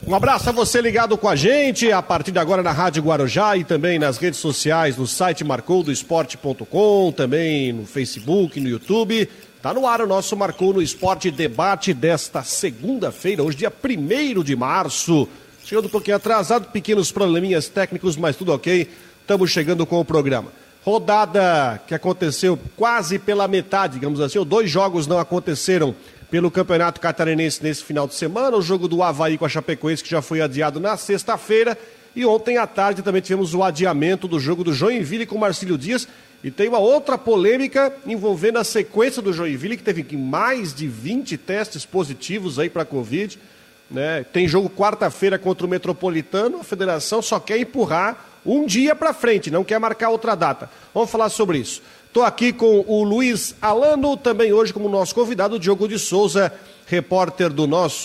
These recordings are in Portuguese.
Um abraço a você ligado com a gente, a partir de agora na Rádio Guarujá e também nas redes sociais, no site marcoudoesporte.com, também no Facebook, no YouTube. Tá no ar o nosso Marcou no Esporte debate desta segunda-feira, hoje dia 1º de março. Chegando um pouquinho atrasado, pequenos probleminhas técnicos, mas tudo ok. Estamos chegando com o programa. Rodada que aconteceu quase pela metade, digamos assim, 2 jogos não aconteceram pelo Campeonato Catarinense nesse final de semana, o jogo do Avaí com a Chapecoense, que já foi adiado na sexta-feira, e ontem à tarde também tivemos o adiamento do jogo do Joinville com o Marcílio Dias, e tem uma outra polêmica envolvendo a sequência do Joinville, que teve mais de 20 testes positivos aí para a Covid, né? Tem jogo quarta-feira contra o Metropolitano, a federação só quer empurrar um dia para frente, não quer marcar outra data. Vamos falar sobre isso. Estou aqui com o Luiz Alano, também hoje como nosso convidado, o Diogo de Souza, repórter do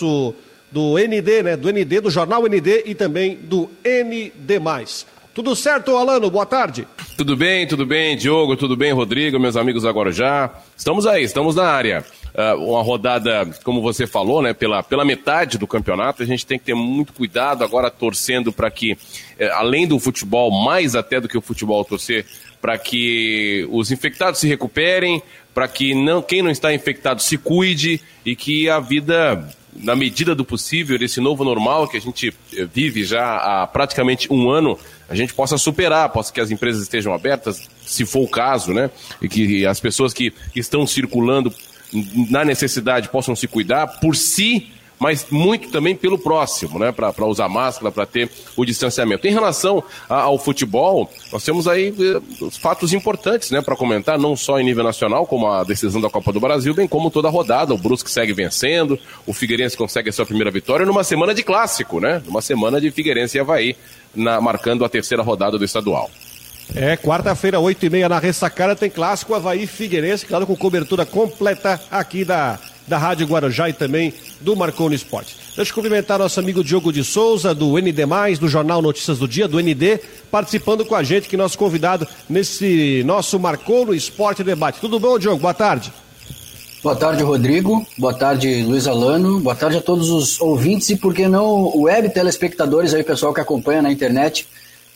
ND, né? Do ND, do Jornal ND e também do ND+. Tudo certo, Alano? Boa tarde. Tudo bem, Diogo, tudo bem, Rodrigo, meus amigos agora já. Estamos aí, estamos na área. Uma rodada, como você falou, né, pela metade do campeonato, a gente tem que ter muito cuidado agora torcendo para que, além do futebol, mais até do que o futebol, torcer para que os infectados se recuperem, para que quem não está infectado se cuide e que a vida, na medida do possível, desse novo normal que a gente vive já há praticamente um ano, a gente possa superar, que as empresas estejam abertas, se for o caso, né? E que as pessoas que estão circulando na necessidade possam se cuidar por si, mas muito também pelo próximo, né? Para usar máscara, para ter o distanciamento. Em relação ao futebol, nós temos aí fatos importantes, né, para comentar, não só em nível nacional, como a decisão da Copa do Brasil, bem como toda a rodada. O Brusque segue vencendo, o Figueirense consegue a sua primeira vitória numa semana de clássico, né? Numa semana de Figueirense e Avaí, marcando a terceira rodada do estadual. Quarta-feira, 8h30 na Ressacada, tem clássico Avaí e Figueirense, claro, com cobertura completa aqui da Rádio Guarujá e também do Marcou no Esporte. Deixa eu cumprimentar nosso amigo Diogo de Souza, do ND+, do Jornal Notícias do Dia, do ND, participando com a gente, que é nosso convidado nesse nosso Marcou no Esporte debate. Tudo bom, Diogo? Boa tarde. Boa tarde, Rodrigo. Boa tarde, Luiz Alano. Boa tarde a todos os ouvintes e, por que não, web telespectadores aí, pessoal que acompanha na internet.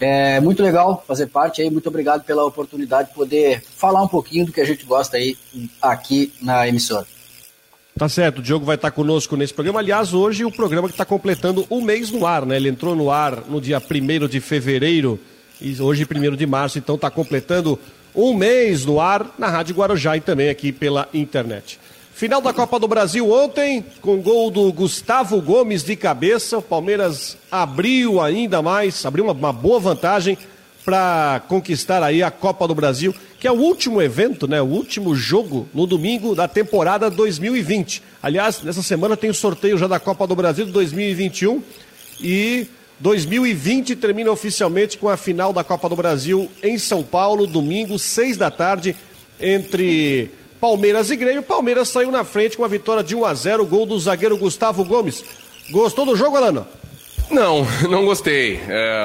É muito legal fazer parte aí, muito obrigado pela oportunidade de poder falar um pouquinho do que a gente gosta aí aqui na emissora. Tá certo, o Diogo vai estar conosco nesse programa. Aliás, hoje o programa que está completando um mês no ar, né? Ele entrou no ar no dia 1º de fevereiro e hoje 1º de março, então está completando um mês no ar na Rádio Guarujá e também aqui pela internet. Final da Copa do Brasil ontem, com gol do Gustavo Gomes de cabeça, o Palmeiras abriu uma boa vantagem para conquistar aí a Copa do Brasil, que é o último evento, né? O último jogo no domingo da temporada 2020. Aliás, nessa semana tem o sorteio já da Copa do Brasil de 2021 e 2020 termina oficialmente com a final da Copa do Brasil em São Paulo, domingo, 6 da tarde, entre Palmeiras e Grêmio. Palmeiras saiu na frente com a vitória de 1-0, gol do zagueiro Gustavo Gomes. Gostou do jogo, Alano? Não gostei.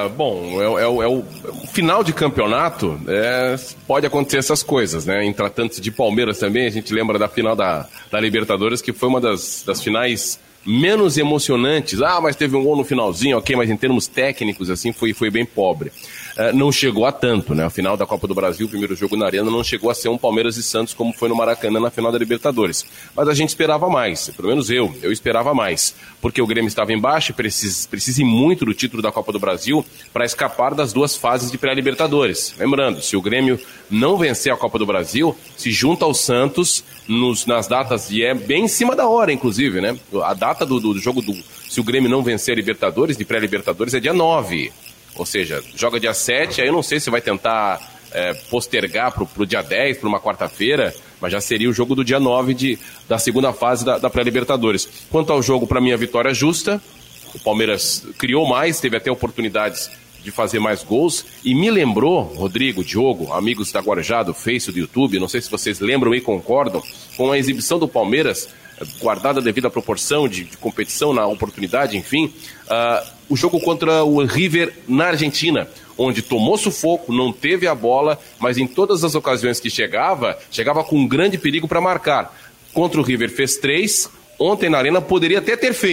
O final de campeonato, pode acontecer essas coisas, né? Em tratando-se de Palmeiras também, a gente lembra da final da Libertadores, que foi uma das finais menos emocionantes. Mas teve um gol no finalzinho, ok, mas em termos técnicos, assim, foi bem pobre. Não chegou a tanto, né? A final da Copa do Brasil, o primeiro jogo na Arena, não chegou a ser um Palmeiras e Santos como foi no Maracanã na final da Libertadores. Mas a gente esperava mais, pelo menos eu esperava mais, porque o Grêmio estava embaixo e precisa muito do título da Copa do Brasil para escapar das 2 fases de pré-Libertadores. Lembrando, se o Grêmio não vencer a Copa do Brasil, se junta ao Santos nas datas, e é bem em cima da hora, inclusive, né? A data do jogo se o Grêmio não vencer a Libertadores, de pré-Libertadores, é dia 9. Ou seja, joga dia 7, aí eu não sei se vai tentar postergar pro dia 10, para uma quarta-feira, mas já seria o jogo do dia 9 da segunda fase da pré-Libertadores. Quanto ao jogo, para mim, a vitória é justa. O Palmeiras criou mais, teve até oportunidades de fazer mais gols, e me lembrou, Rodrigo, Diogo, amigos da Guarujá, do Face, do YouTube, não sei se vocês lembram e concordam, com a exibição do Palmeiras, guardada a devida proporção de competição, na oportunidade, enfim, o jogo contra o River na Argentina, onde tomou sufoco, não teve a bola, mas em todas as ocasiões que chegava com um grande perigo para marcar. Contra o River fez 3, ontem na Arena poderia até ter feito,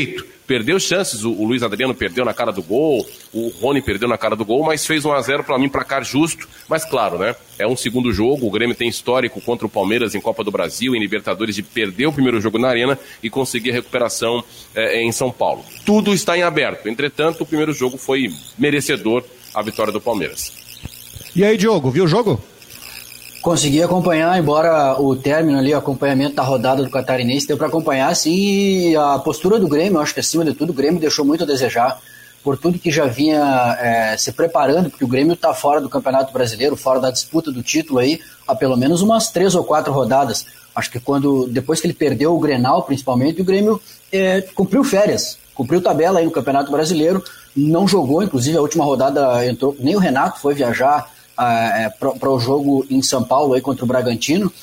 perdeu chances, o Luiz Adriano perdeu na cara do gol, o Rony perdeu na cara do gol, mas fez 1-0 para mim, placar justo, mas claro, né, é um segundo jogo, o Grêmio tem histórico contra o Palmeiras em Copa do Brasil, em Libertadores, de perder o primeiro jogo na Arena e conseguir a recuperação em São Paulo. Tudo está em aberto, entretanto, o primeiro jogo foi merecedor a vitória do Palmeiras. E aí, Diogo, viu o jogo? Consegui acompanhar, embora o término ali, o acompanhamento da rodada do Catarinense, deu para acompanhar, sim, e a postura do Grêmio, eu acho que acima de tudo, o Grêmio deixou muito a desejar, por tudo que já vinha se preparando, porque o Grêmio está fora do Campeonato Brasileiro, fora da disputa do título aí, há pelo menos umas 3 ou 4 rodadas. Acho que depois que ele perdeu o Grenal, principalmente, o Grêmio cumpriu férias, cumpriu tabela aí no Campeonato Brasileiro, não jogou, inclusive a última rodada entrou, nem o Renato foi viajar para o jogo em São Paulo aí contra o Bragantino,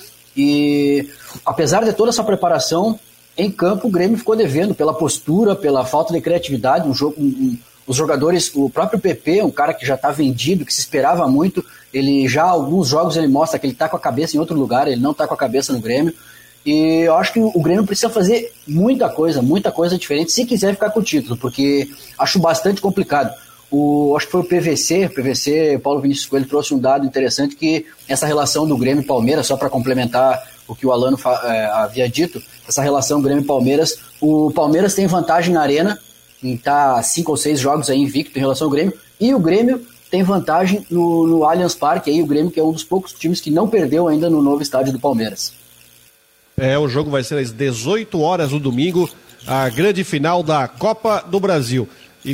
e apesar de toda essa preparação em campo, o Grêmio ficou devendo pela postura, pela falta de criatividade. Os jogadores, o próprio PP, um cara que já está vendido, que se esperava muito, ele já alguns jogos ele mostra que ele está com a cabeça em outro lugar, ele não está com a cabeça no Grêmio, e eu acho que o Grêmio precisa fazer muita coisa diferente se quiser ficar com o título, porque acho bastante complicado. Acho que foi o PVC, Paulo Vinícius Coelho trouxe um dado interessante, que essa relação do Grêmio e Palmeiras, só para complementar o que o Alano havia dito, essa relação Grêmio e Palmeiras, o Palmeiras tem vantagem na Arena, em estar 5 ou 6 jogos aí invicto em relação ao Grêmio, e o Grêmio tem vantagem no Allianz Parque, aí o Grêmio que é um dos poucos times que não perdeu ainda no novo estádio do Palmeiras. O jogo vai ser às 18 horas no domingo, a grande final da Copa do Brasil. E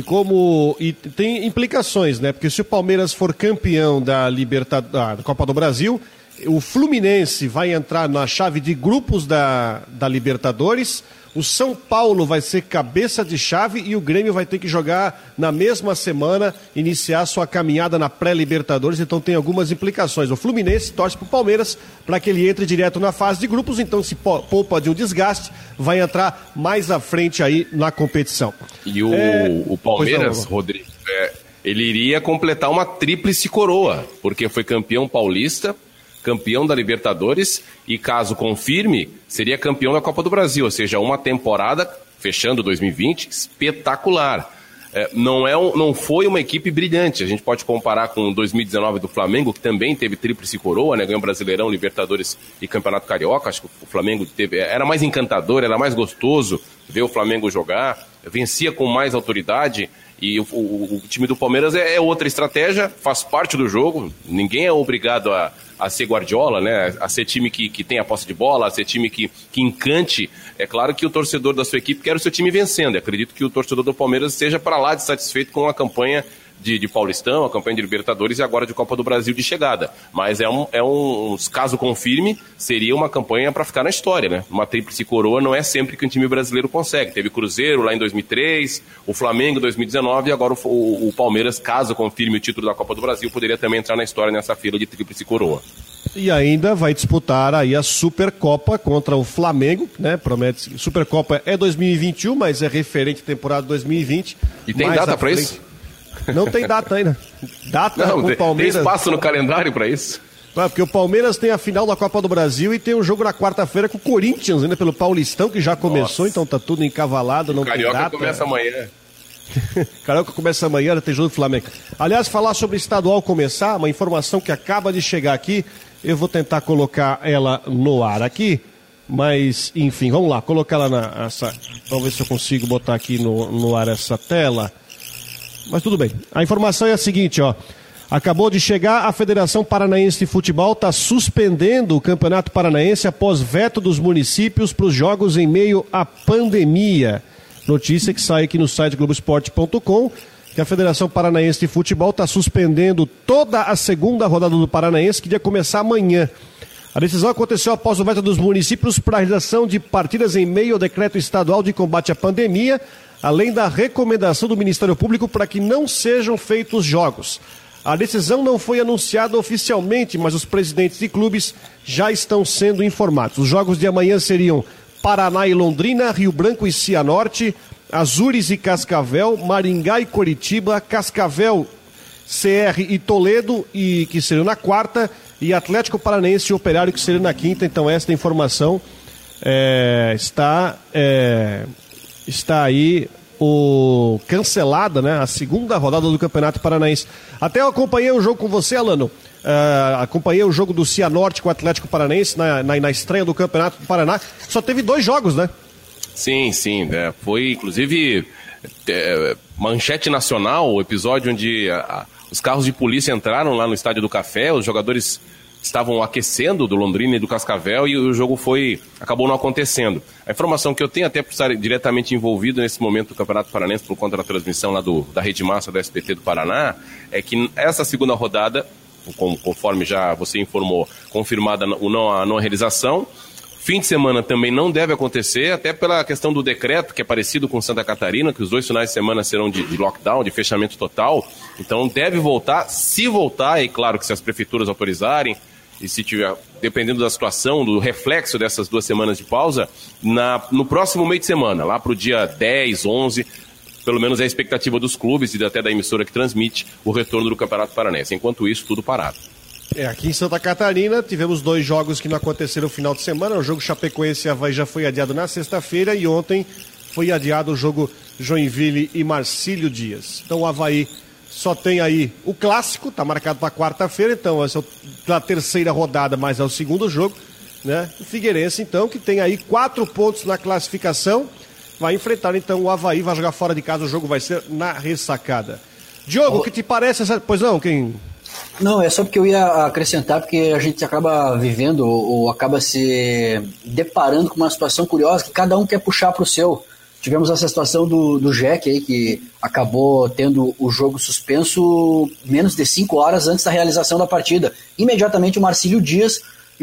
tem implicações, né? Porque se o Palmeiras for campeão da Copa do Brasil, o Fluminense vai entrar na chave de grupos da Libertadores, o São Paulo vai ser cabeça de chave e o Grêmio vai ter que jogar na mesma semana, iniciar sua caminhada na pré-Libertadores, então tem algumas implicações. O Fluminense torce para o Palmeiras para que ele entre direto na fase de grupos, então se poupa de um desgaste, vai entrar mais à frente aí na competição. E o Palmeiras, Rodrigo, ele iria completar uma tríplice coroa, porque foi campeão paulista, campeão da Libertadores e, caso confirme, seria campeão da Copa do Brasil, ou seja, uma temporada, fechando 2020, espetacular. Não foi uma equipe brilhante, a gente pode comparar com 2019 do Flamengo, que também teve tríplice coroa, né? Ganhou Brasileirão, Libertadores e Campeonato Carioca. Acho que o Flamengo era mais encantador, era mais gostoso ver o Flamengo jogar, vencia com mais autoridade. E o time do Palmeiras é outra estratégia, faz parte do jogo, ninguém é obrigado a ser Guardiola, né? A ser time que tem a posse de bola, a ser time que encante. É claro que o torcedor da sua equipe quer o seu time vencendo. Eu acredito que o torcedor do Palmeiras esteja para lá de satisfeito com a campanha de Paulistão, a campanha de Libertadores e agora de Copa do Brasil de chegada. Mas caso confirme, seria uma campanha para ficar na história, né? Uma tríplice coroa não é sempre que um time brasileiro consegue. Teve Cruzeiro lá em 2003, o Flamengo em 2019 e agora o Palmeiras, caso confirme o título da Copa do Brasil, poderia também entrar na história nessa fila de tríplice coroa. E ainda vai disputar aí a Supercopa contra o Flamengo, né? Promete. Supercopa é 2021, mas é referente à temporada 2020. E tem data para isso? Não tem data ainda. Não, Palmeiras... Tem espaço no calendário para isso? Porque o Palmeiras tem a final da Copa do Brasil e tem um jogo na quarta-feira com o Corinthians, ainda pelo Paulistão, que já começou. Nossa. Então tá tudo encavalado, não tem data. Carioca começa amanhã. Carioca começa amanhã, tem jogo do Flamengo. Aliás, falar sobre o estadual começar, uma informação que acaba de chegar aqui, eu vou tentar colocar ela no ar aqui, mas enfim, vamos lá, colocar ela vamos ver se eu consigo botar aqui no ar essa tela. Mas tudo bem. A informação é a seguinte, ó. Acabou de chegar, a Federação Paranaense de Futebol está suspendendo o Campeonato Paranaense após veto dos municípios para os jogos em meio à pandemia. Notícia que sai aqui no site Globoesporte.com, que a Federação Paranaense de Futebol está suspendendo toda a segunda rodada do Paranaense, que ia começar amanhã. A decisão aconteceu após o veto dos municípios para a realização de partidas em meio ao decreto estadual de combate à pandemia, além da recomendação do Ministério Público para que não sejam feitos jogos. A decisão não foi anunciada oficialmente, mas os presidentes de clubes já estão sendo informados. Os jogos de amanhã seriam Paraná e Londrina, Rio Branco e Cianorte, Azures e Cascavel, Maringá e Coritiba, Cascavel, CR e Toledo, que seriam na quarta, e Atlético Paranaense e Operário, que seriam na quinta. Então esta informação está aí cancelada, né, a segunda rodada do Campeonato Paranaense. Até eu acompanhei o jogo com você, Alano. Acompanhei o jogo do Cianorte com o Atlético Paranaense na estreia do Campeonato do Paraná. Só teve 2 jogos, né? Sim. Foi, inclusive, manchete nacional, o episódio onde os carros de polícia entraram lá no Estádio do Café, os jogadores estavam aquecendo do Londrina e do Cascavel e o jogo acabou não acontecendo. A informação que eu tenho, até por estar diretamente envolvido nesse momento do Campeonato Paranaense por conta da transmissão lá da Rede Massa do SBT do Paraná, é que essa segunda rodada, conforme já você informou, confirmada a não realização, fim de semana também não deve acontecer, até pela questão do decreto, que é parecido com Santa Catarina, que os 2 finais de semana serão de lockdown, de fechamento total. Então deve voltar, se voltar, e claro que se as prefeituras autorizarem, e se tiver, dependendo da situação, do reflexo dessas 2 semanas de pausa, no próximo meio de semana, lá para o dia 10, 11, pelo menos é a expectativa dos clubes e até da emissora que transmite o retorno do Campeonato Paranaense. Enquanto isso, tudo parado. Aqui em Santa Catarina tivemos 2 jogos que não aconteceram no final de semana. O jogo Chapecoense e Avaí já foi adiado na sexta-feira e ontem foi adiado o jogo Joinville e Marcílio Dias. Então o Avaí só tem aí o clássico, está marcado para quarta-feira, então essa é a terceira rodada, mas é o segundo jogo, né? O Figueirense, então, que tem aí 4 pontos na classificação, vai enfrentar então o Avaí, vai jogar fora de casa, o jogo vai ser na Ressacada. Diogo, o que te parece essa... Pois não, quem... Não, é só porque eu ia acrescentar, porque a gente acaba vivendo ou acaba se deparando com uma situação curiosa que cada um quer puxar para o seu. Tivemos essa situação do Jack aí, que acabou tendo o jogo suspenso menos de 5 horas antes da realização da partida. Imediatamente o Marcílio Dias,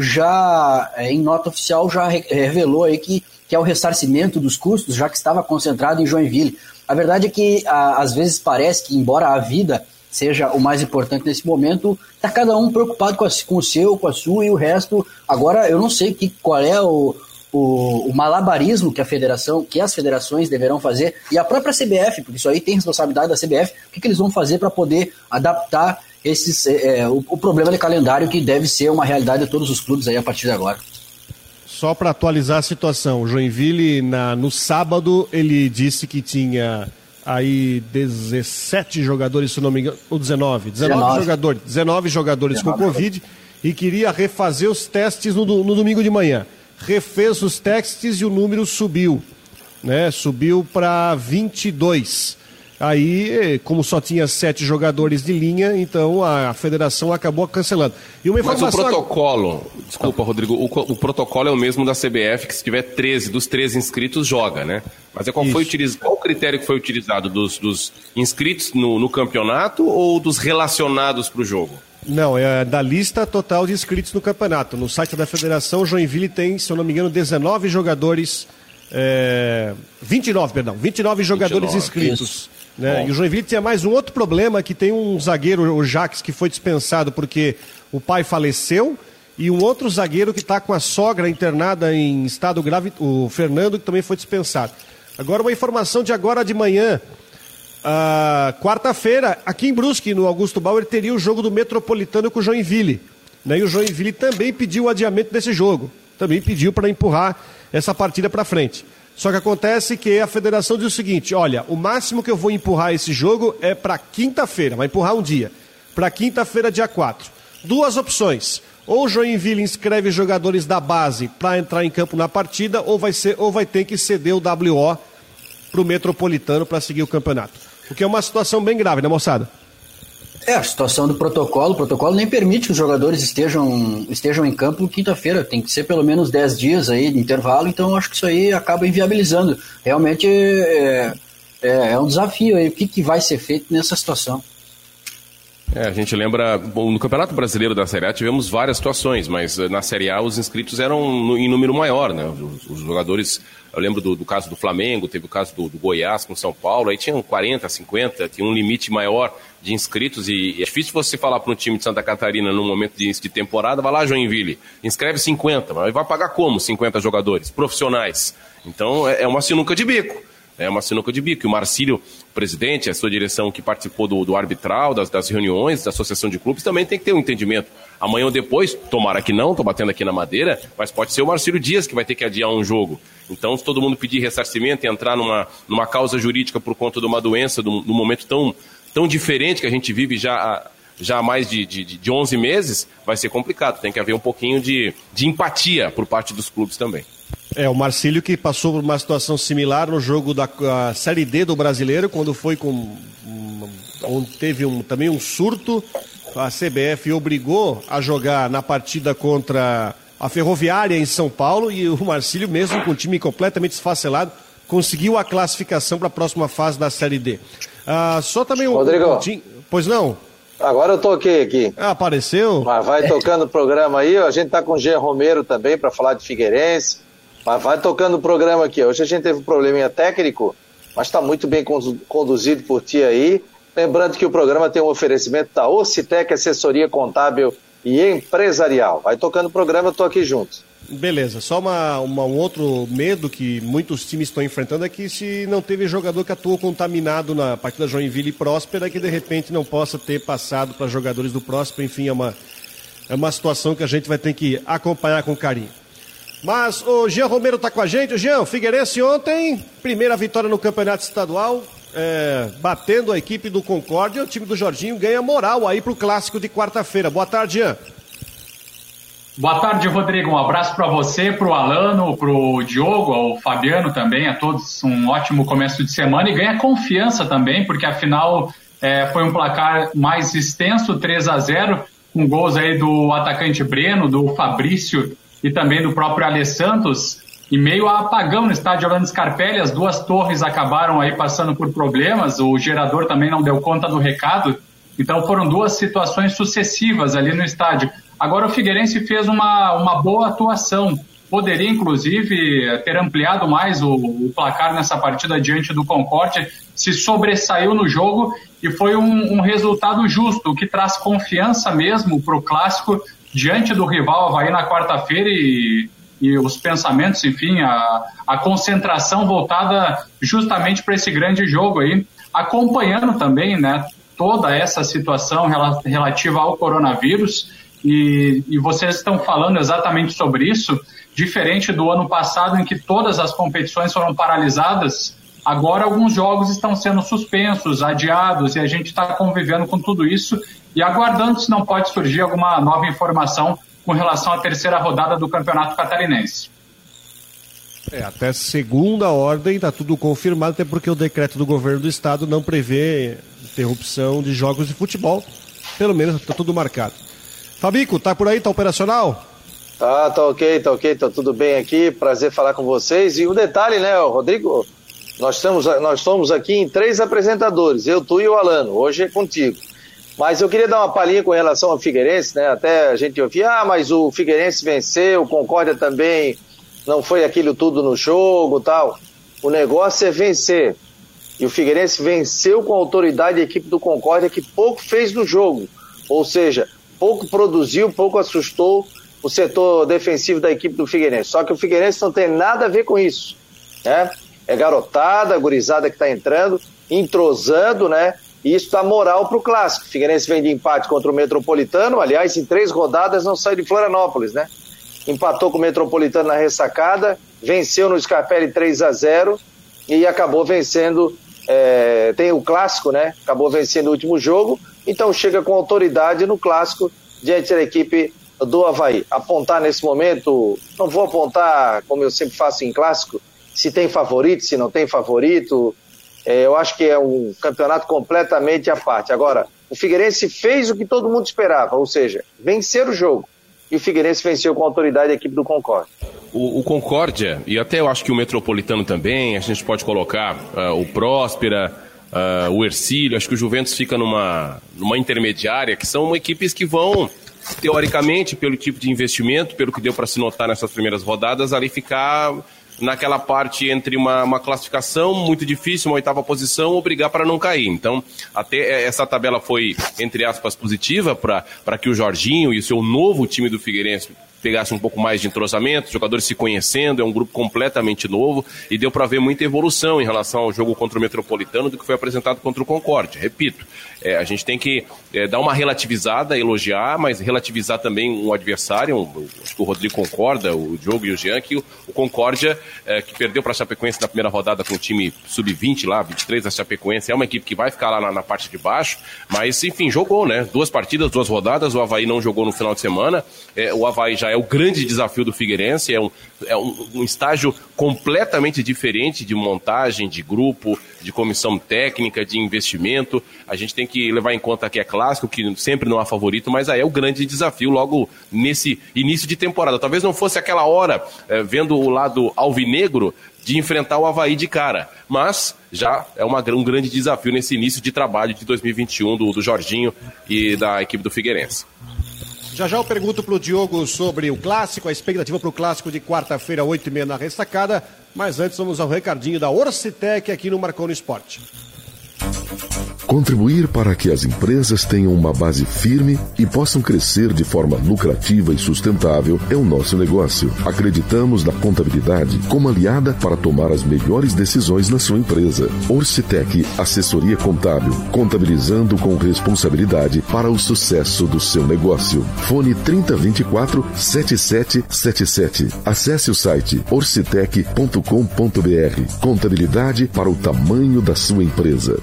já em nota oficial, já revelou aí que é o ressarcimento dos custos, já que estava concentrado em Joinville. A verdade é que às vezes parece que, embora a vida seja o mais importante nesse momento, está cada um preocupado com o seu, com a sua, e o resto. Agora eu não sei qual é o malabarismo que as federações deverão fazer, e a própria CBF, porque isso aí tem responsabilidade da CBF, o que eles vão fazer para poder adaptar o problema de calendário, que deve ser uma realidade de todos os clubes aí a partir de agora. Só para atualizar a situação, o Joinville no sábado ele disse que tinha aí 17 jogadores, se não me engano, ou 19 jogadores com Covid, e queria refazer os testes no domingo de manhã. Refez os testes e o número subiu, né? Subiu para 22. Aí, como só tinha 7 jogadores de linha, então a federação acabou cancelando. E uma informação... Mas o protocolo, desculpa, Rodrigo, o protocolo é o mesmo da CBF, que se tiver 13 dos 13 inscritos, joga, né? Mas qual o critério que foi utilizado? Dos inscritos no campeonato ou dos relacionados para o jogo? Não, é da lista total de inscritos no campeonato. No site da federação, o Joinville tem, se eu não me engano, 19 jogadores... 29 jogadores inscritos. Né? E o Joinville tinha mais um outro problema, que tem um zagueiro, o Jaques, que foi dispensado porque o pai faleceu, e um outro zagueiro que está com a sogra internada em estado grave, o Fernando, que também foi dispensado. Agora uma informação de agora de manhã, quarta-feira, aqui em Brusque, no Augusto Bauer, teria o jogo do Metropolitano com o Joinville. Né? E o Joinville também pediu o adiamento desse jogo, também pediu para empurrar essa partida para frente. Só que acontece que a federação diz o seguinte: olha, o máximo que eu vou empurrar esse jogo é para quinta-feira, vai empurrar um dia, para quinta-feira, dia 4. 2 opções: ou o Joinville inscreve jogadores da base para entrar em campo na partida, ou vai ter que ceder o WO para o Metropolitano para seguir o campeonato. O que é uma situação bem grave, né, moçada? A situação do protocolo, o protocolo nem permite que os jogadores estejam em campo quinta-feira, tem que ser pelo menos 10 dias aí de intervalo, então eu acho que isso aí acaba inviabilizando. Realmente é um desafio aí, o que vai ser feito nessa situação. A gente lembra, no Campeonato Brasileiro da Série A tivemos várias situações, mas na Série A os inscritos eram em número maior, né? Os jogadores, eu lembro do caso do Flamengo, teve o caso do Goiás com São Paulo, aí tinham 40, 50, tinha um limite maior de inscritos, e é difícil você falar para um time de Santa Catarina num momento de temporada, vai lá, Joinville, inscreve 50, mas vai pagar como 50 jogadores profissionais? Então é uma sinuca de bico. É uma sinuca de bico. E o Marcílio, presidente, a sua direção que participou do arbitral, das reuniões, da associação de clubes, também tem que ter um entendimento. Amanhã ou depois, tomara que não, tô batendo aqui na madeira, mas pode ser o Marcílio Dias que vai ter que adiar um jogo. Então, se todo mundo pedir ressarcimento e entrar numa causa jurídica por conta de uma doença, num momento tão diferente que a gente vive já há mais de 11 meses, vai ser complicado. Tem que haver um pouquinho de empatia por parte dos clubes também. O Marcílio que passou por uma situação similar no jogo da Série D do Brasileiro, quando foi onde teve também um surto, a CBF obrigou a jogar na partida contra a Ferroviária em São Paulo, e o Marcílio, mesmo com o time completamente esfacelado, conseguiu a classificação para a próxima fase da Série D. Só também Rodrigo. Pois não? Agora eu toquei aqui. Apareceu? Mas vai tocando o programa aí, a gente tá com o Jean Romero também para falar de Figueirense, mas vai tocando o programa aqui. Hoje a gente teve um probleminha técnico, mas está muito bem conduzido por ti aí. Lembrando que o programa tem um oferecimento da Ocitec, assessoria contábil e empresarial. Vai tocando o programa, eu tô aqui junto. Beleza, só um outro medo que muitos times estão enfrentando é que se não teve jogador que atuou contaminado na partida Joinville e Próspera, que de repente não possa ter passado para jogadores do Próspera. Enfim, é uma situação que a gente vai ter que acompanhar com carinho. Mas o Jean Romero está com a gente. O Jean, o Figueirense ontem, primeira vitória no Campeonato Estadual, batendo a equipe do Concórdia. O time do Jorginho ganha moral aí para o clássico de quarta-feira. Boa tarde, Jean. Boa tarde, Rodrigo. Um abraço para você, para o Alano, para o Diogo, ao Fabiano também, a todos um ótimo começo de semana, e ganha confiança também, porque afinal foi um placar mais extenso, 3-0, com gols aí do atacante Breno, do Fabrício e também do próprio Alê Santos. Em meio a apagão no estádio Orlando Scarpelli, as duas torres acabaram aí passando por problemas, o gerador também não deu conta do recado, então foram duas situações sucessivas ali no estádio. Agora o Figueirense fez uma boa atuação, poderia inclusive ter ampliado mais o placar nessa partida diante do Concórdia, se sobressaiu no jogo e foi um resultado justo, o que traz confiança mesmo para o clássico diante do rival Avaí na quarta-feira e os pensamentos, enfim, a concentração voltada justamente para esse grande jogo aí, acompanhando também, né, toda essa situação relativa ao coronavírus. E vocês estão falando exatamente sobre isso, diferente do ano passado em que todas as competições foram paralisadas, agora alguns jogos estão sendo suspensos, adiados, e a gente está convivendo com tudo isso e aguardando se não pode surgir alguma nova informação com relação à terceira rodada do Campeonato Catarinense. Até segunda ordem está tudo confirmado, até porque o decreto do governo do estado não prevê interrupção de jogos de futebol, pelo menos está tudo marcado. Fabico, tá por aí, tá operacional? Tá ok, tá tudo bem aqui, prazer falar com vocês. E um detalhe, né, Rodrigo, nós somos aqui em 3 apresentadores, eu, tu e o Alano, hoje é contigo. Mas eu queria dar uma palhinha com relação ao Figueirense, né, até a gente ouvia, mas o Figueirense venceu, o Concórdia também não foi aquilo tudo no jogo e tal. O negócio é vencer. E o Figueirense venceu com autoridade a equipe do Concórdia, que pouco fez no jogo, ou seja, pouco produziu, pouco assustou o setor defensivo da equipe do Figueirense. Só que o Figueirense não tem nada a ver com isso, né? É garotada, gurizada que está entrando, entrosando, né? E isso dá moral para o clássico. O Figueirense vem de empate contra o Metropolitano, aliás, em 3 rodadas não sai de Florianópolis, né? Empatou com o Metropolitano na ressacada, venceu no Scarpelli 3-0 e acabou vencendo, tem o clássico, né? Acabou vencendo o último jogo. Então chega com autoridade no clássico diante da equipe do Avaí. Apontar nesse momento, não vou apontar como eu sempre faço em clássico, se tem favorito, se não tem favorito. Eu acho que é um campeonato completamente à parte. Agora, o Figueirense fez o que todo mundo esperava, ou seja, vencer o jogo. E o Figueirense venceu com autoridade a equipe do Concórdia. O Concórdia, e até eu acho que o Metropolitano também, a gente pode colocar o Próspera, o Ercílio, acho que o Juventus fica numa intermediária, que são equipes que vão, teoricamente, pelo tipo de investimento, pelo que deu para se notar nessas primeiras rodadas, ali ficar naquela parte entre uma classificação muito difícil, uma 8ª posição, ou brigar para não cair. Então, até essa tabela foi, entre aspas, positiva para que o Jorginho e o seu novo time do Figueirense pegasse um pouco mais de entrosamento, jogadores se conhecendo, é um grupo completamente novo e deu para ver muita evolução em relação ao jogo contra o Metropolitano do que foi apresentado contra o Concórdia. Repito, a gente tem que dar uma relativizada, elogiar, mas relativizar também um adversário, acho que o Rodrigo concorda, o Diogo e o Jean, que o Concórdia, que perdeu para a Chapecoense na primeira rodada com o time sub-20 lá, 23 da Chapecoense, é uma equipe que vai ficar lá na parte de baixo, mas enfim, jogou, né? 2 partidas, 2 rodadas, o Avaí não jogou no final de semana, o Avaí já é o grande desafio do Figueirense, é um estágio completamente diferente de montagem, de grupo, de comissão técnica, de investimento. A gente tem que levar em conta que é clássico, que sempre não há favorito, mas aí é o grande desafio logo nesse início de temporada. Talvez não fosse aquela hora, vendo o lado alvinegro, de enfrentar o Avaí de cara, mas já é um grande desafio nesse início de trabalho de 2021 do Jorginho e da equipe do Figueirense. Já eu pergunto para o Diogo sobre o clássico, a expectativa para o clássico de quarta-feira, 8h30 na Ressacada, mas antes vamos ao recadinho da Orcitec aqui no Marcou no Esporte. Contribuir para que as empresas tenham uma base firme e possam crescer de forma lucrativa e sustentável é o nosso negócio. Acreditamos na contabilidade como aliada para tomar as melhores decisões na sua empresa. Orcitec, assessoria contábil, contabilizando com responsabilidade para o sucesso do seu negócio. Fone 3024-7777. Acesse o site orcitec.com.br. Contabilidade para o tamanho da sua empresa.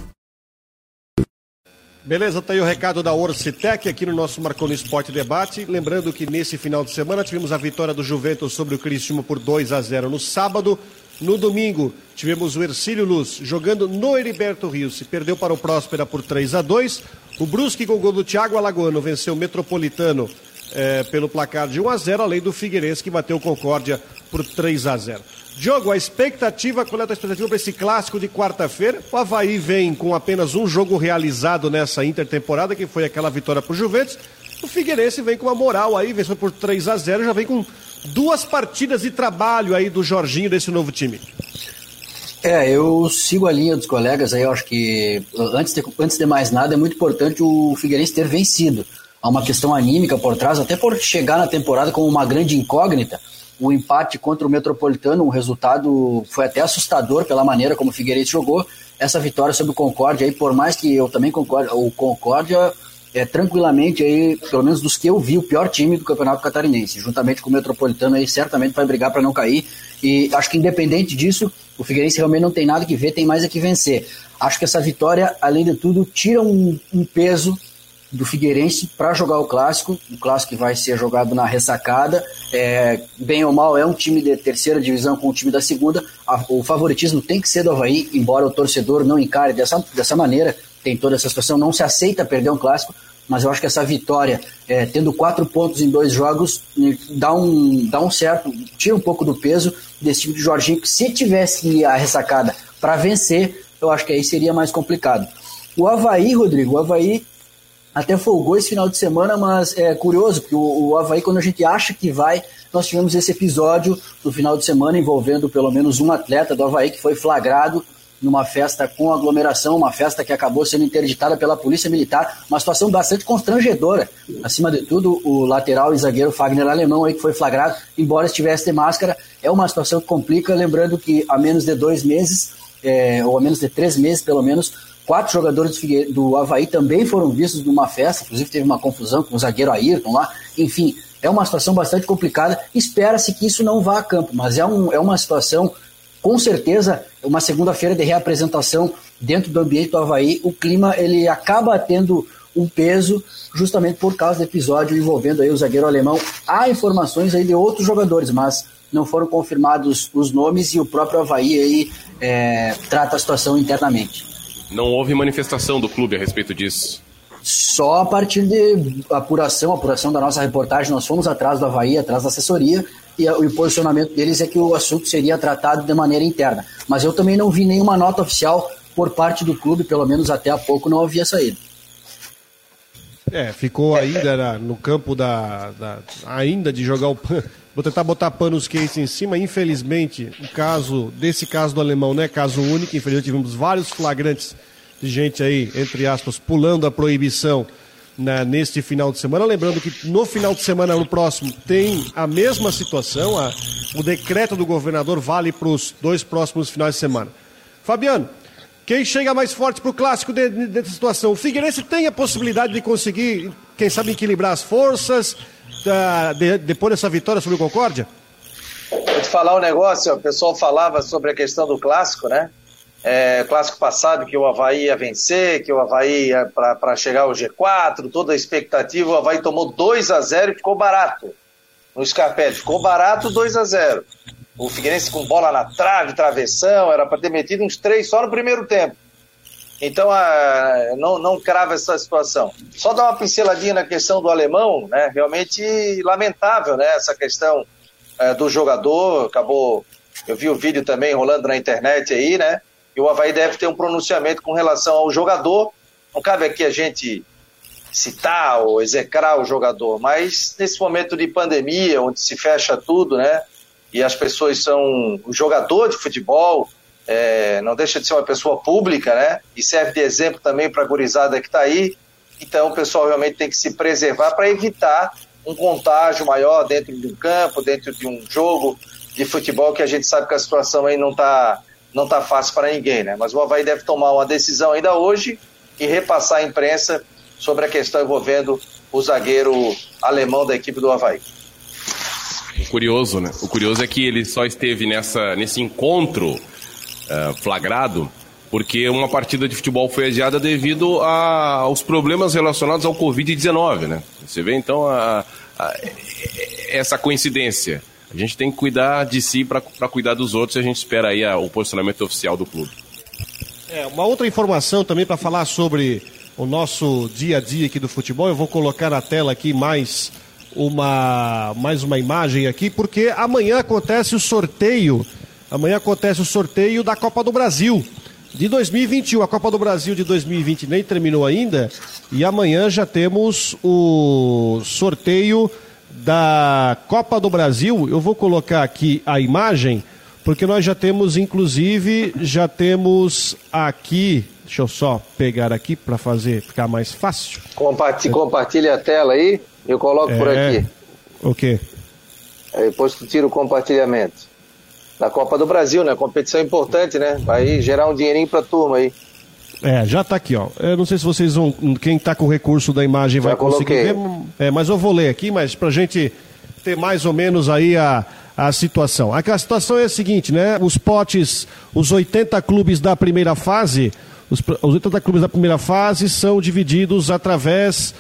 Beleza, tá aí o recado da Orcitec aqui no nosso Marcou no Esporte Debate. Lembrando que nesse final de semana tivemos a vitória do Juventus sobre o Criciúma por 2-0 no sábado. No domingo tivemos o Hercílio Luz jogando no Heriberto Rios. Se perdeu para o Próspera por 3-2. O Brusque com o gol do Thiago Alagoano venceu o Metropolitano pelo placar de 1-0, além do Figueirense que bateu o Concórdia por 3-0. Diogo, qual é a expectativa para esse clássico de quarta-feira? O Avaí vem com apenas um jogo realizado nessa intertemporada, que foi aquela vitória para o Juventus. O Figueirense vem com uma moral aí, venceu por 3-0, já vem com 2 partidas de trabalho aí do Jorginho, desse novo time. Eu sigo a linha dos colegas aí, eu acho que antes de mais nada é muito importante o Figueirense ter vencido. Há uma questão anímica por trás, até por chegar na temporada como uma grande incógnita. O empate contra o Metropolitano, um resultado foi até assustador pela maneira como o Figueirense jogou. Essa vitória sobre o Concórdia, aí, por mais que eu também concorde, o Concórdia é tranquilamente, aí, pelo menos dos que eu vi, o pior time do Campeonato Catarinense. Juntamente com o Metropolitano, aí, certamente vai brigar para não cair. E acho que independente disso, o Figueirense realmente não tem nada que ver, tem mais é que vencer. Acho que essa vitória, além de tudo, tira um peso do Figueirense para jogar o clássico que vai ser jogado na Ressacada. Bem ou mal, é um time de terceira divisão com o time da segunda. O favoritismo tem que ser do Avaí, embora o torcedor não encare dessa maneira. Tem toda essa situação, não se aceita perder um clássico, mas eu acho que essa vitória, tendo 4 pontos em 2 jogos, dá um certo, tira um pouco do peso desse time de Jorginho, que se tivesse a Ressacada para vencer, eu acho que aí seria mais complicado. O Avaí, Rodrigo, até folgou esse final de semana, mas é curioso, porque o Avaí, quando a gente acha que vai, nós tivemos esse episódio no final de semana envolvendo pelo menos um atleta do Avaí que foi flagrado numa festa com aglomeração, uma festa que acabou sendo interditada pela Polícia Militar, uma situação bastante constrangedora. Acima de tudo, o lateral e zagueiro Fagner Alemão aí que foi flagrado, embora estivesse de máscara, é uma situação que complica, lembrando que há menos de 2 meses, ou há menos de 3 meses pelo menos, 4 jogadores do Avaí também foram vistos numa festa, inclusive teve uma confusão com o zagueiro Ayrton lá, enfim, é uma situação bastante complicada, espera-se que isso não vá a campo, mas é uma situação, com certeza, uma segunda-feira de reapresentação dentro do ambiente do Avaí, o clima ele acaba tendo um peso justamente por causa do episódio envolvendo aí o zagueiro alemão. Há informações aí de outros jogadores, mas não foram confirmados os nomes e o próprio Avaí aí trata a situação internamente. Não houve manifestação do clube a respeito disso? Só a partir de apuração da nossa reportagem, nós fomos atrás do Avaí, atrás da assessoria, e o posicionamento deles é que o assunto seria tratado de maneira interna. Mas eu também não vi nenhuma nota oficial por parte do clube, pelo menos até há pouco não havia saído. Ficou ainda no campo ainda de jogar o... Vou tentar botar panos quentes em cima. Infelizmente, desse caso do alemão não é caso único. Infelizmente, tivemos vários flagrantes de gente aí, entre aspas, pulando a proibição neste final de semana. Lembrando que no final de semana, no próximo, tem a mesma situação. O decreto do governador vale para os 2 próximos finais de semana. Fabiano, quem chega mais forte para o clássico dessa situação? O Figueirense tem a possibilidade de conseguir, quem sabe, equilibrar as forças depois dessa vitória sobre o Concórdia? Vou te falar um negócio, o pessoal falava sobre a questão do clássico, né? Clássico passado que o Avaí ia vencer, que o Avaí ia para chegar ao G4, toda a expectativa, o Avaí tomou 2-0 e ficou barato no Scarpelli, ficou barato 2-0. O Figueirense com bola na trave, travessão, era para ter metido uns 3 só no primeiro tempo. Então não crava essa situação. Só dar uma pinceladinha na questão do alemão, né? Realmente lamentável, né? Essa questão do jogador, acabou, eu vi o vídeo também rolando na internet aí, né? E o Avaí deve ter um pronunciamento com relação ao jogador. Não cabe aqui a gente citar ou execrar o jogador, mas nesse momento de pandemia, onde se fecha tudo, né? E as pessoas são um jogador de futebol, não deixa de ser uma pessoa pública, né? E serve de exemplo também para a gurizada que está aí. Então o pessoal realmente tem que se preservar para evitar um contágio maior dentro de um campo, dentro de um jogo de futebol, que a gente sabe que a situação aí não tá fácil para ninguém, né? Mas o Avaí deve tomar uma decisão ainda hoje e repassar à imprensa sobre a questão envolvendo o zagueiro alemão da equipe do Avaí. O curioso, né? O curioso é que ele só esteve nesse encontro flagrado porque uma partida de futebol foi adiada devido aos problemas relacionados ao Covid-19, né? Você vê, então, essa coincidência. A gente tem que cuidar de si para cuidar dos outros, e a gente espera aí o posicionamento oficial do clube. Uma outra informação também para falar sobre o nosso dia a dia aqui do futebol, eu vou colocar na tela aqui mais uma imagem aqui, porque amanhã acontece o sorteio da Copa do Brasil de 2021. A Copa do Brasil de 2020 nem terminou ainda, e amanhã já temos o sorteio da Copa do Brasil. Eu vou colocar aqui a imagem, porque nós já temos, inclusive, aqui, deixa eu só pegar aqui para ficar mais fácil. Compartilha a tela aí, eu coloco por aqui. O quê? Aí depois tu tira o compartilhamento. Da Copa do Brasil, né? Competição importante, né? Vai gerar um dinheirinho pra turma aí. Já tá aqui, ó. Eu não sei se vocês vão, quem tá com o recurso da imagem vai conseguir ver, mas eu vou ler aqui, mas pra gente ter mais ou menos aí a situação. A situação é a seguinte, né? Os potes, os 80 clubes da primeira fase, os 80 clubes da primeira fase são divididos através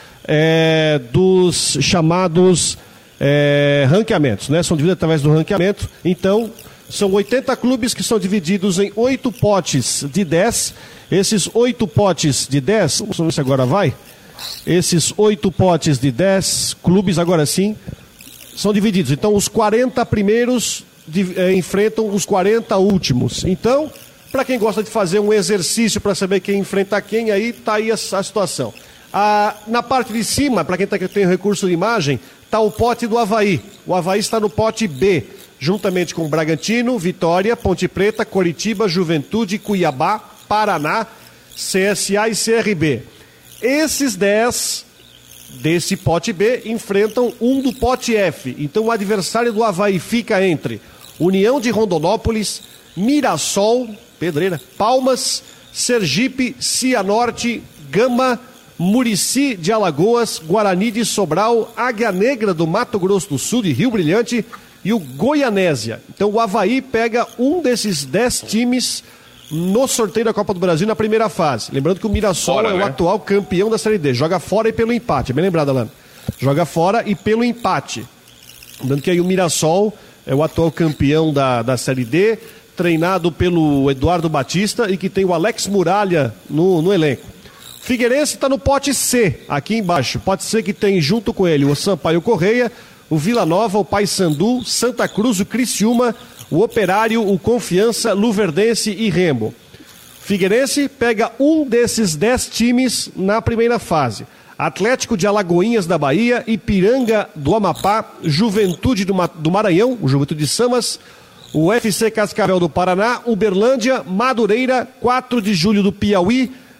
dos chamados ranqueamentos, né? São divididos através do ranqueamento. Então, são 80 clubes que são divididos em 8 potes de 10. Esses 8 potes de 10, vamos ver se agora vai. Esses 8 potes de 10 clubes, agora sim, são divididos. Então, os 40 primeiros enfrentam os 40 últimos. Então, para quem gosta de fazer um exercício para saber quem enfrenta quem, aí tá aí a situação. Na parte de cima, para quem tem recurso de imagem, está o pote do Avaí. O Avaí está no pote B, juntamente com Bragantino, Vitória, Ponte Preta, Coritiba, Juventude, Cuiabá, Paraná, CSA e CRB. Esses 10 desse pote B enfrentam um do pote F. Então o adversário do Avaí fica entre União de Rondonópolis, Mirassol, Pedreira, Palmas, Sergipe, Cianorte, Gama, Murici de Alagoas, Guarani de Sobral, Águia Negra do Mato Grosso do Sul e Rio Brilhante e o Goianésia. Então o Avaí pega um desses 10 times no sorteio da Copa do Brasil na primeira fase. Lembrando que o Mirassol é o atual campeão da Série D. Joga fora e pelo empate. Bem lembrado, Alano. Joga fora e pelo empate. Lembrando que aí o Mirassol é o atual campeão da Série D, treinado pelo Eduardo Batista e que tem o Alex Muralha no elenco. Figueirense está no pote C, aqui embaixo. Pote C que tem junto com ele o Sampaio Correia, o Vila Nova, o Paysandu, Santa Cruz, o Criciúma, o Operário, o Confiança, Luverdense e Remo. Figueirense pega um desses 10 times na primeira fase. Atlético de Alagoinhas da Bahia, Ipiranga do Amapá, Juventude do Maranhão, o Juventude de Samas, o FC Cascavel do Paraná, Uberlândia, Madureira, 4 de Julho do Piauí,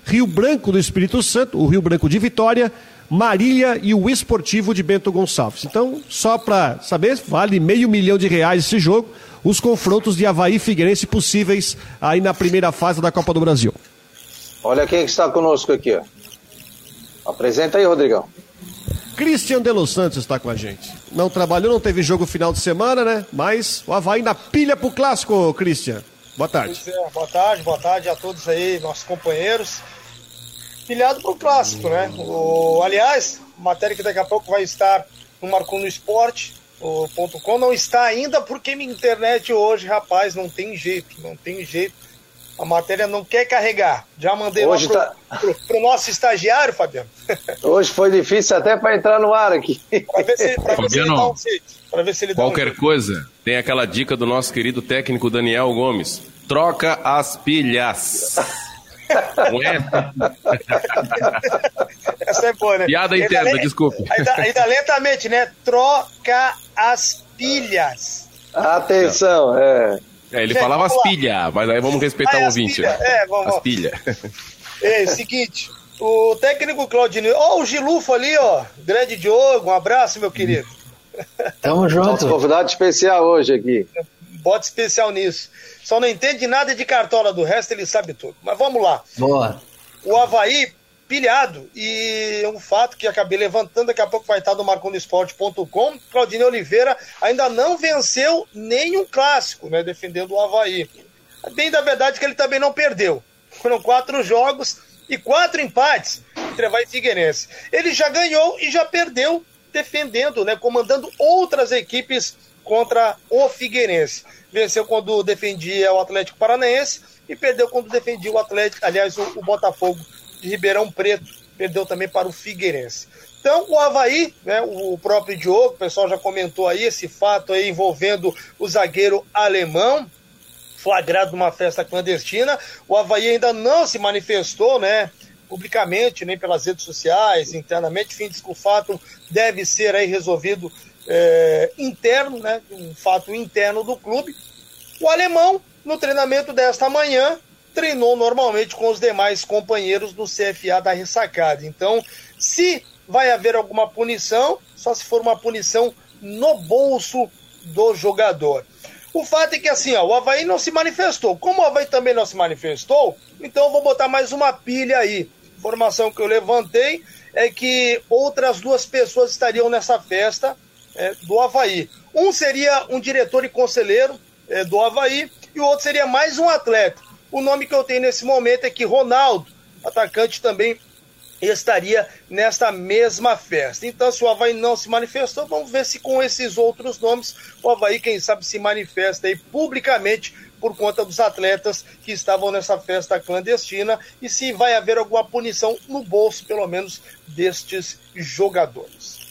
Rio Branco do Espírito Santo, o Rio Branco de Vitória, Marília e o Esportivo de Bento Gonçalves. Então, só para saber, vale R$500 mil esse jogo, os confrontos de Avaí e Figueirense possíveis aí na primeira fase da Copa do Brasil. Olha quem está conosco aqui, ó. Apresenta aí, Rodrigão. Cristian de Los Santos está com a gente. Não trabalhou, não teve jogo final de semana, né? Mas o Avaí na pilha pro clássico, Cristian. Boa tarde. Boa tarde a todos aí, nossos companheiros. Pilhado pro clássico, né? Aliás, matéria que daqui a pouco vai estar no Marcou no Esporte.com, não está ainda porque minha internet hoje, rapaz, não tem jeito. A matéria não quer carregar. Já mandei hoje lá pro nosso estagiário, Fabiano. Hoje foi difícil até para entrar no ar aqui. Para ver se ele dá um jeito. Qualquer coisa, tem aquela dica do nosso querido técnico Daniel Gomes. Troca as pilhas. Não é? Essa é boa, né? Piada interna, desculpe. Ainda lentamente, né? Troca as pilhas. Atenção, ele falava as pilhas, mas aí vamos respeitar o ouvinte. Vamos. As pilhas. Seguinte, o técnico Claudinei, o Gilufo ali, grande Diogo, um abraço, meu querido. Tamo junto. Nosso convidado especial hoje aqui. Bota especial nisso. Só não entende nada de cartola, do resto ele sabe tudo. Mas vamos lá. Boa. O Avaí pilhado, e um fato que acabei levantando, daqui a pouco vai estar no marcondoesporte.com, Claudinei Oliveira ainda não venceu nenhum clássico, né, defendendo o Avaí. Bem da verdade que ele também não perdeu. Foram 4 jogos e 4 empates entre Avaí e Figueirense. Ele já ganhou e já perdeu defendendo, né, comandando outras equipes contra o Figueirense. Venceu quando defendia o Atlético Paranaense e perdeu quando defendia o Atlético, aliás, o Botafogo de Ribeirão Preto, perdeu também para o Figueirense. Então, o Avaí, né, o próprio Diogo, o pessoal já comentou aí esse fato aí envolvendo o zagueiro alemão, flagrado numa festa clandestina. O Avaí ainda não se manifestou, né, publicamente, nem pelas redes sociais, internamente, enfim, diz que o fato deve ser aí resolvido interno, né, um fato interno do clube. O alemão, no treinamento desta manhã, treinou normalmente com os demais companheiros do CFA da ressacada. Então, se vai haver alguma punição, só se for uma punição no bolso do jogador. O fato é que assim, o Avaí não se manifestou. Como o Avaí também não se manifestou, então eu vou botar mais uma pilha aí. Informação que eu levantei é que outras 2 pessoas estariam nessa festa do Avaí. Um seria um diretor e conselheiro do Avaí e o outro seria mais um atleta. O nome que eu tenho nesse momento é que Ronaldo, atacante, também estaria nesta mesma festa. Então, se o Avaí não se manifestou, vamos ver se com esses outros nomes o Avaí, quem sabe, se manifesta aí publicamente por conta dos atletas que estavam nessa festa clandestina e se vai haver alguma punição no bolso, pelo menos, destes jogadores.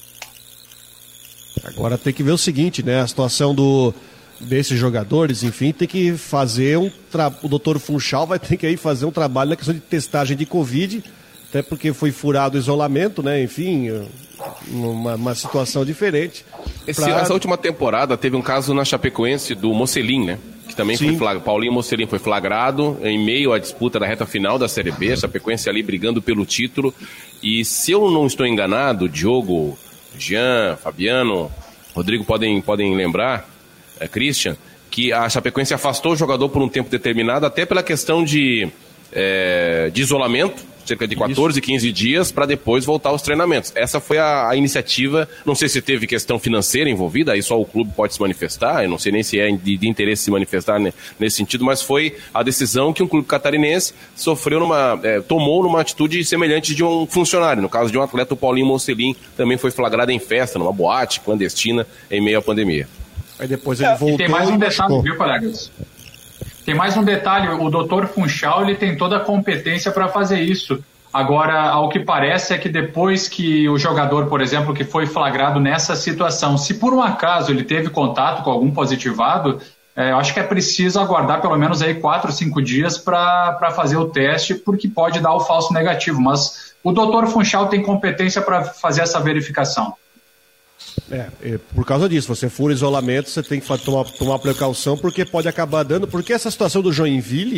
Agora tem que ver o seguinte, né? A situação desses jogadores, enfim, tem que fazer o doutor Funchal vai ter que aí fazer um trabalho na questão de testagem de Covid, até porque foi furado o isolamento, né? Enfim, uma situação diferente. Essa última temporada teve um caso na Chapecoense do Mocelin, né? Que também foi Paulinho Mocelin foi flagrado em meio à disputa da reta final da Série B, a Chapecoense ali brigando pelo título. E se eu não estou enganado, Diogo, Jean, Fabiano, Rodrigo podem lembrar, Christian, que a Chapecoense afastou o jogador por um tempo determinado, até pela questão de isolamento, cerca de 14, 15 dias, para depois voltar aos treinamentos. Essa foi a iniciativa, não sei se teve questão financeira envolvida, aí só o clube pode se manifestar, eu não sei nem se é de interesse se manifestar nesse sentido, mas foi a decisão que um clube catarinense tomou numa atitude semelhante de um funcionário. No caso de um atleta, o Paulinho Mocelin também foi flagrado em festa, numa boate clandestina, em meio à pandemia. Aí depois ele voltou. E tem mais um detalhe, viu, colegas? Tem mais um detalhe, o Dr. Funchal, ele tem toda a competência para fazer isso. Agora, ao que parece é que depois que o jogador, por exemplo, que foi flagrado nessa situação, se por um acaso ele teve contato com algum positivado, eu acho que é preciso aguardar pelo menos aí 4 ou 5 dias para fazer o teste, porque pode dar o falso negativo. Mas o Dr. Funchal tem competência para fazer essa verificação. Por causa disso, você fura isolamento, você tem que tomar precaução, porque pode acabar dando, porque essa situação do Joinville,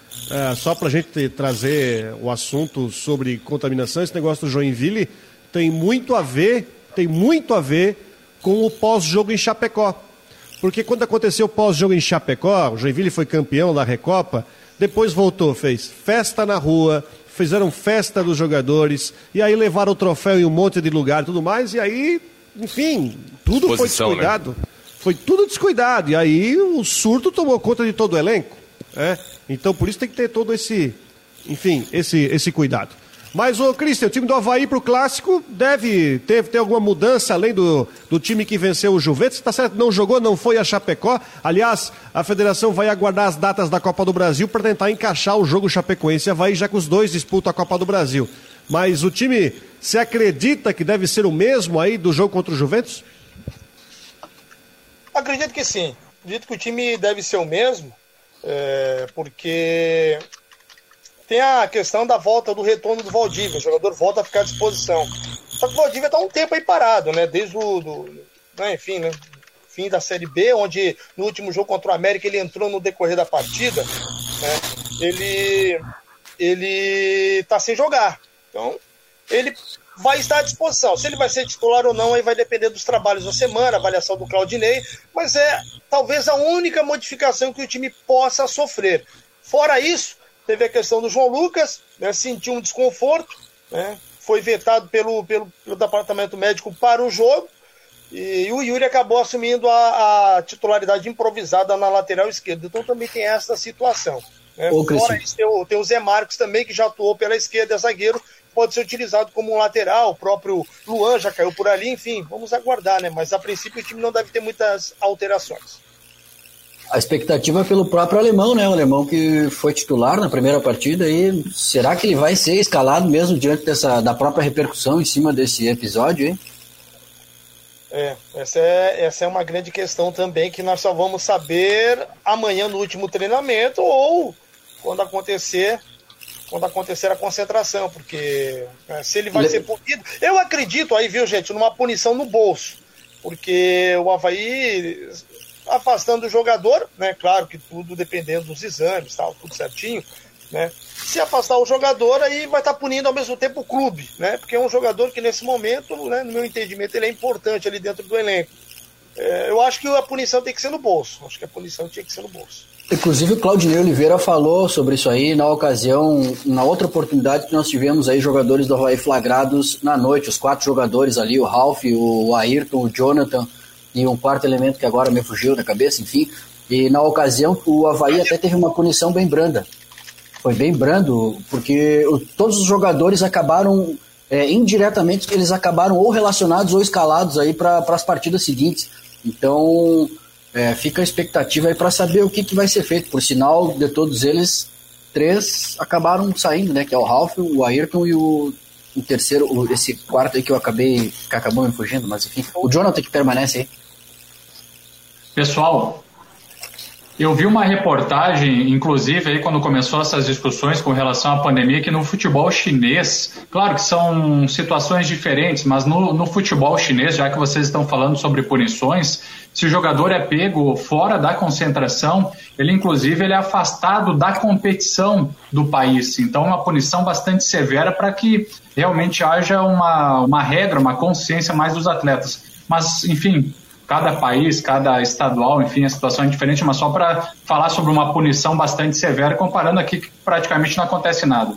só para a gente trazer o assunto sobre contaminação, esse negócio do Joinville tem muito a ver com o pós-jogo em Chapecó. Porque quando aconteceu o pós-jogo em Chapecó, o Joinville foi campeão da Recopa, depois voltou, fez festa na rua, fizeram festa dos jogadores, e aí levaram o troféu em um monte de lugar e tudo mais, e aí, enfim, tudo foi descuidado. Né? Foi tudo descuidado, e aí o surto tomou conta de todo o elenco. Então, por isso tem que ter todo esse cuidado. Mas, Cristian, o time do Avaí para o Clássico deve ter alguma mudança além do time que venceu o Juventus. Tá certo, não jogou, não foi a Chapecó. Aliás, a federação vai aguardar as datas da Copa do Brasil para tentar encaixar o jogo Chapecoense e Avaí, já que os dois disputam a Copa do Brasil. Mas o time, você acredita que deve ser o mesmo aí do jogo contra o Juventus? Acredito que sim. Acredito que o time deve ser o mesmo, porque tem a questão da volta, do retorno do Valdívia. O jogador volta a ficar à disposição. Só que o Valdívia está um tempo aí parado, né? Desde fim da Série B, onde no último jogo contra o América ele entrou no decorrer da partida, né? Ele está sem jogar. Então, ele vai estar à disposição. Se ele vai ser titular ou não, aí vai depender dos trabalhos da semana, avaliação do Claudinei, mas é talvez a única modificação que o time possa sofrer. Fora isso, teve a questão do João Lucas, né, sentiu um desconforto, né, foi vetado pelo departamento médico para o jogo, e o Yuri acabou assumindo a titularidade improvisada na lateral esquerda. Então também tem essa situação. Né. Fora isso, tem o Zé Marcos também, que já atuou pela esquerda, é zagueiro, pode ser utilizado como um lateral. O próprio Luan já caiu por ali, enfim, vamos aguardar, né? Mas a princípio o time não deve ter muitas alterações. A expectativa é pelo próprio alemão, né? O alemão que foi titular na primeira partida, e será que ele vai ser escalado mesmo diante da própria repercussão em cima desse episódio, hein? Essa é uma grande questão também, que nós só vamos saber amanhã no último treinamento ou quando acontecer a concentração, porque se ele vai ser punido, eu acredito aí, viu, gente, numa punição no bolso, porque o Avaí afastando o jogador, né, claro que tudo dependendo dos exames, tal, tudo certinho, né, se afastar o jogador, aí vai estar punindo ao mesmo tempo o clube, né, porque é um jogador que nesse momento, né, no meu entendimento, ele é importante ali dentro do elenco. Eu acho que a punição tem que ser no bolso, Inclusive o Claudinei Oliveira falou sobre isso aí na ocasião, na outra oportunidade que nós tivemos aí jogadores do Avaí flagrados na noite, os 4 jogadores ali, o Ralf, o Ayrton, o Jonathan e um quarto elemento que agora me fugiu da cabeça, enfim. E na ocasião o Avaí até teve uma punição bem branda. Foi bem brando, porque todos os jogadores acabaram, indiretamente, eles acabaram ou relacionados ou escalados aí para as partidas seguintes. Então, fica a expectativa aí para saber o que vai ser feito. Por sinal, de todos eles, 3 acabaram saindo, né? Que é o Ralf, o Ayrton e o terceiro, esse quarto aí que acabou me fugindo, mas enfim, o Jonathan que permanece aí. Pessoal, eu vi uma reportagem, inclusive, aí quando começou essas discussões com relação à pandemia, que no futebol chinês, claro que são situações diferentes, mas no futebol chinês, já que vocês estão falando sobre punições, se o jogador é pego fora da concentração, ele inclusive ele é afastado da competição do país. Então, uma punição bastante severa para que realmente haja uma regra, uma consciência mais dos atletas. Mas, enfim, cada país, cada estadual, enfim, a situação é diferente, mas só para falar sobre uma punição bastante severa, comparando aqui que praticamente não acontece nada.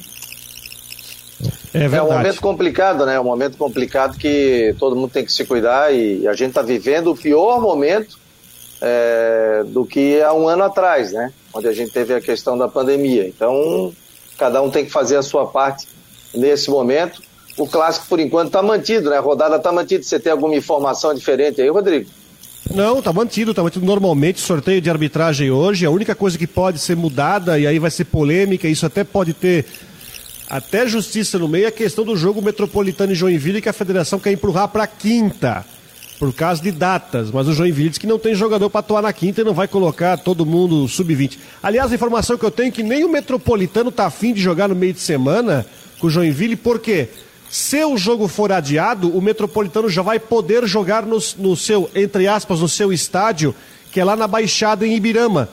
É um momento complicado, né? É um momento complicado que todo mundo tem que se cuidar, e a gente está vivendo o pior momento do que há um ano atrás, né? Onde a gente teve a questão da pandemia. Então, cada um tem que fazer a sua parte nesse momento. O clássico, por enquanto, está mantido, né? A rodada está mantida. Você tem alguma informação diferente aí, Rodrigo? Não, tá mantido normalmente. Sorteio de arbitragem hoje. A única coisa que pode ser mudada, e aí vai ser polêmica, isso até pode ter até justiça no meio, é a questão do jogo Metropolitano e Joinville, que a federação quer empurrar para quinta, por causa de datas. Mas o Joinville diz que não tem jogador para atuar na quinta e não vai colocar todo mundo sub-20. Aliás, a informação que eu tenho é que nem o Metropolitano tá afim de jogar no meio de semana com o Joinville. Por quê? Se o jogo for adiado, o Metropolitano já vai poder jogar no seu, entre aspas, no seu estádio, que é lá na Baixada, em Ibirama.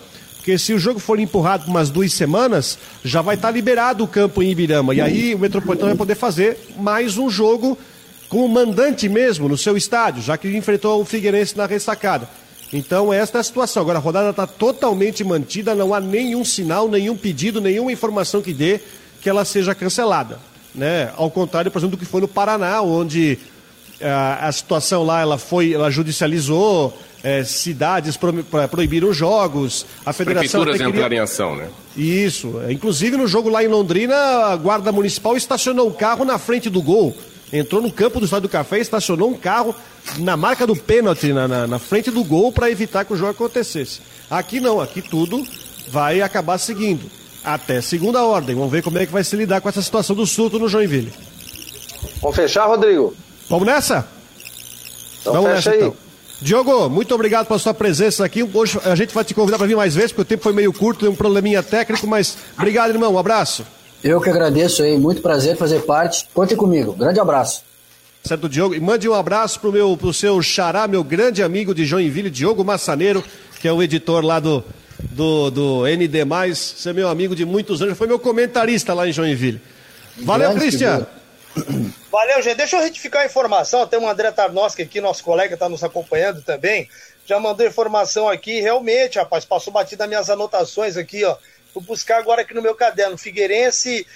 Porque se o jogo for empurrado por umas 2 semanas, já vai estar liberado o campo em Ibirama. E aí o Metropolitano vai poder fazer mais um jogo como mandante mesmo no seu estádio, já que enfrentou o Figueirense na ressacada. Então esta é a situação. Agora a rodada está totalmente mantida, não há nenhum sinal, nenhum pedido, nenhuma informação que dê que ela seja cancelada, né? Ao contrário, por exemplo, do que foi no Paraná, onde a situação lá ela judicializou, cidades proibiram jogos, a federação prefeituras entraram em ação, né? Isso, inclusive no jogo lá em Londrina, a Guarda Municipal estacionou um carro na frente do gol, entrou no campo do Estádio do Café, estacionou um carro na marca do pênalti, na frente do gol, para evitar que o jogo acontecesse. Aqui não, aqui tudo vai acabar seguindo, até segunda ordem. Vamos ver como é que vai se lidar com essa situação do surto no Joinville. Vamos fechar, Rodrigo? Vamos nessa? Então Vamos fecha nessa, aí. então. Diogo, muito obrigado pela sua presença aqui. Hoje a gente vai te convidar para vir mais vezes, porque o tempo foi meio curto, tem um probleminha técnico, mas obrigado, irmão, um abraço. Eu que agradeço aí, muito prazer fazer parte. Contem comigo, grande abraço. Certo, Diogo, e mande um abraço pro seu xará, meu grande amigo de Joinville, Diogo Massaneiro, que é o editor lá do ND+, você é meu amigo de muitos anos, foi meu comentarista lá em Joinville. Valeu, grande Cristian. Valeu, gente. Deixa eu retificar a informação. Tem o André Tarnowski aqui, nosso colega, está nos acompanhando também. Já mandou informação aqui. Realmente, rapaz, passou batido as minhas anotações aqui, ó. Vou buscar agora aqui no meu caderno. Figueirense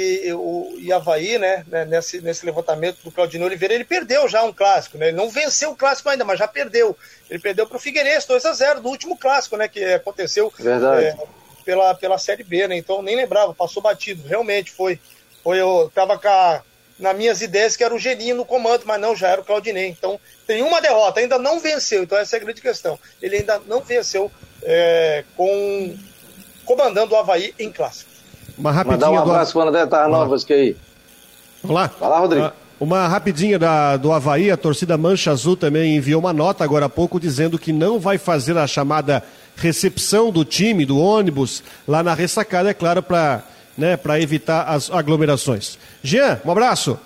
e Avaí, né? Nesse levantamento do Claudinei Oliveira, ele perdeu já um clássico, né? Ele não venceu o clássico ainda, mas já perdeu. Ele perdeu para o Figueirense, 2-0 do último clássico, né? Que aconteceu pela Série B, né? Então, nem lembrava, passou batido. Realmente foi eu tava nas minhas ideias que era o Geninho no comando, mas não, já era o Claudinei. Então, tem uma derrota, ainda não venceu. Então, essa é a grande questão. Ele ainda não venceu comandando o Avaí em clássico. Mandar um abraço para o André Tarnowski aí. Vamos lá? Vai lá, Rodrigo. Uma rapidinha do Avaí, a torcida Mancha Azul também enviou uma nota agora há pouco dizendo que não vai fazer a chamada recepção do time, do ônibus, lá na ressacada, é claro, para evitar as aglomerações. Jean, um abraço.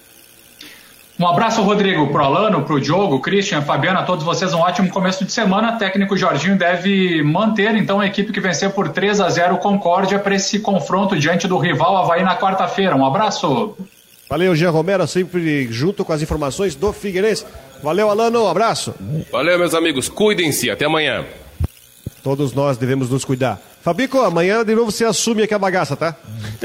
Um abraço, Rodrigo, pro Alano, pro Diogo, Christian, Fabiano, a todos vocês, um ótimo começo de semana. O técnico Jorginho deve manter, então, a equipe que venceu por 3-0 o Concórdia para esse confronto diante do rival Avaí na quarta-feira. Um abraço. Valeu, Jean Romero, sempre junto com as informações do Figueirense. Valeu, Alano, um abraço. Valeu, meus amigos, cuidem-se, até amanhã. Todos nós devemos nos cuidar. Fabico, amanhã de novo você assume aqui a bagaça, tá?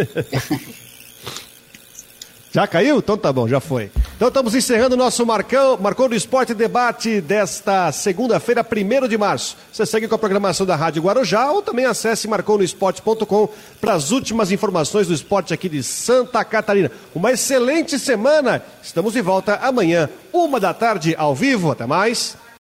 Já caiu? Então tá bom, já foi. Então estamos encerrando o nosso Marcou do Esporte debate desta segunda-feira, 1º de março. Você segue com a programação da Rádio Guarujá ou também acesse marconosport.com para as últimas informações do esporte aqui de Santa Catarina. Uma excelente semana. Estamos de volta amanhã, 1 da tarde, ao vivo. Até mais.